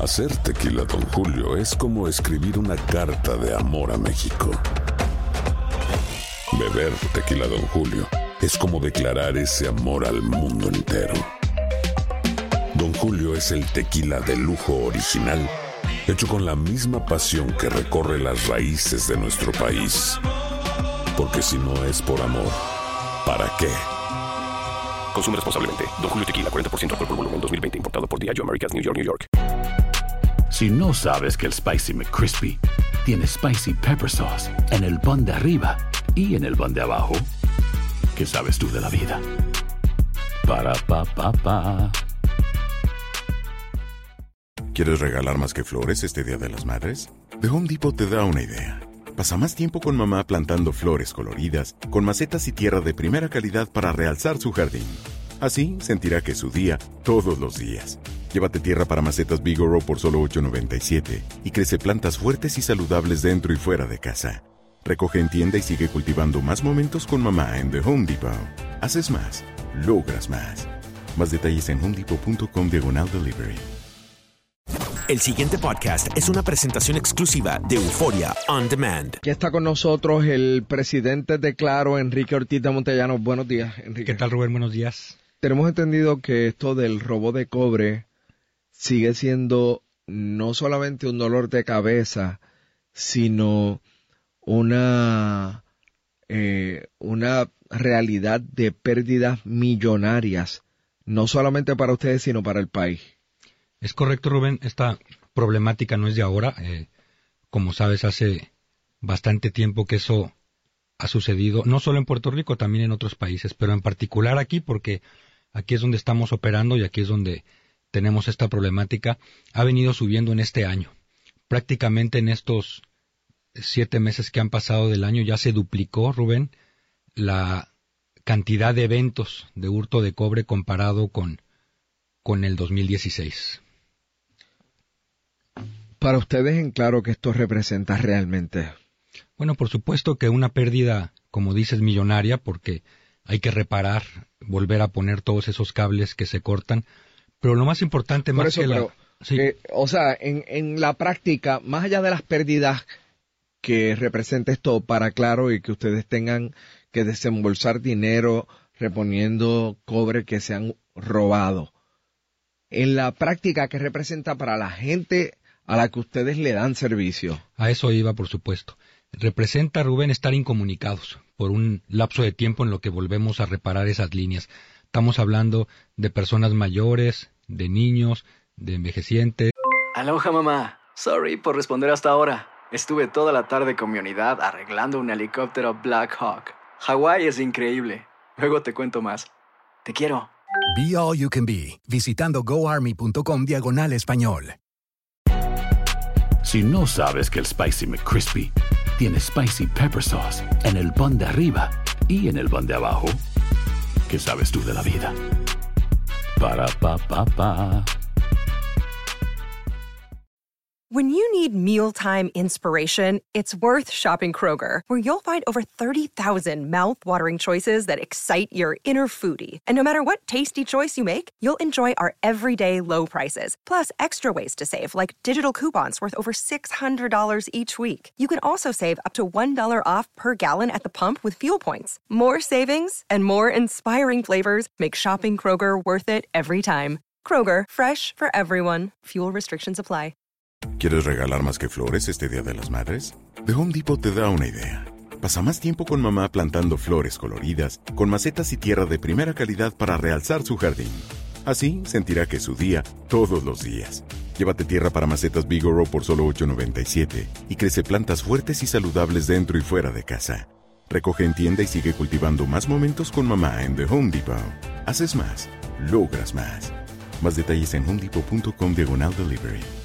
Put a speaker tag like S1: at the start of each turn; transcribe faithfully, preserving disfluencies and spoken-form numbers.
S1: Hacer tequila Don Julio es como escribir una carta de amor a México. Beber tequila Don Julio es como declarar ese amor al mundo entero. Don Julio es el tequila de lujo original, hecho con la misma pasión que recorre las raíces de nuestro país. Porque si no es por amor, ¿para qué?
S2: Consume responsablemente. Don Julio Tequila, cuarenta por ciento alcohol por volumen, dos mil veinte. Importado por Diageo Americas, New York, New York.
S3: Si no sabes que el Spicy McCrispy tiene Spicy Pepper Sauce en el pan de arriba y en el pan de abajo, ¿qué sabes tú de la vida? Para, pa, pa, pa.
S4: ¿Quieres regalar más que flores este Día de las Madres? The Home Depot te da una idea. Pasa más tiempo con mamá plantando flores coloridas, con macetas y tierra de primera calidad para realzar su jardín. Así sentirá que es su día todos los días. Llévate tierra para macetas Bigoro por solo ocho noventa y siete y crece plantas fuertes y saludables dentro y fuera de casa. Recoge en tienda y sigue cultivando más momentos con mamá en The Home Depot. Haces más, logras más. Más detalles en homedepot.com diagonal delivery.
S5: El siguiente podcast es una presentación exclusiva de Euforia On Demand.
S6: Ya está con nosotros el presidente de Claro, Enrique Ortiz de Montellano. Buenos días, Enrique.
S7: ¿Qué tal, Rubén? Buenos días.
S6: Tenemos entendido que esto del robo de cobre sigue siendo no solamente un dolor de cabeza, sino una, eh, una realidad de pérdidas millonarias, no solamente para ustedes, sino para el país.
S7: Es correcto, Rubén. Esta problemática no es de ahora. Eh, como sabes, hace bastante tiempo que eso ha sucedido, no solo en Puerto Rico, también en otros países, pero en particular aquí, porque aquí es donde estamos operando y aquí es donde tenemos esta problemática. Ha venido subiendo en este año. Prácticamente en estos siete meses que han pasado del año ya se duplicó, Rubén, la cantidad de eventos de hurto de cobre comparado con, con el dos mil dieciséis.
S6: Para ustedes, en Claro, ¿qué esto representa realmente?
S7: Bueno, por supuesto que una pérdida, como dices, millonaria, porque hay que reparar, volver a poner todos esos cables que se cortan. Pero lo más importante,
S6: por
S7: más
S6: eso,
S7: que
S6: pero,
S7: la... Sí.
S6: Eh, o sea, en, en la práctica, más allá de las pérdidas que representa esto para Claro y que ustedes tengan que desembolsar dinero reponiendo cobre que se han robado, en la práctica, ¿qué representa para la gente a la que ustedes le dan servicio?
S7: A eso iba, por supuesto. Representa, Rubén, estar incomunicados por un lapso de tiempo en lo que volvemos a reparar esas líneas. Estamos hablando de personas mayores, de niños, de envejecientes.
S8: Aloha, mamá. Sorry por responder hasta ahora. Estuve toda la tarde con mi unidad arreglando un helicóptero Black Hawk. Hawái es increíble. Luego te cuento más. Te quiero.
S9: Be All You Can Be, visitando goarmy.com diagonal español.
S3: Si no sabes que el Spicy McCrispy tiene Spicy Pepper Sauce en el pan de arriba y en el pan de abajo, ¿qué sabes tú de la vida? Para, pa, pa, pa.
S10: When you need mealtime inspiration, it's worth shopping Kroger, where you'll find over thirty thousand mouth-watering choices that excite your inner foodie. And no matter what tasty choice you make, you'll enjoy our everyday low prices, plus extra ways to save, like digital coupons worth over six hundred dollars each week. You can also save up to one dollar off per gallon at the pump with fuel points. More savings and more inspiring flavors make shopping Kroger worth it every time. Kroger, fresh for everyone. Fuel restrictions apply.
S4: ¿Quieres regalar más que flores este Día de las Madres? The Home Depot te da una idea. Pasa más tiempo con mamá plantando flores coloridas, con macetas y tierra de primera calidad para realzar su jardín. Así sentirá que es su día todos los días. Llévate tierra para macetas Bigoro por solo ocho noventa y siete y crece plantas fuertes y saludables dentro y fuera de casa. Recoge en tienda y sigue cultivando más momentos con mamá en The Home Depot. Haces más, logras más. Más detalles en homedepot.com diagonal delivery.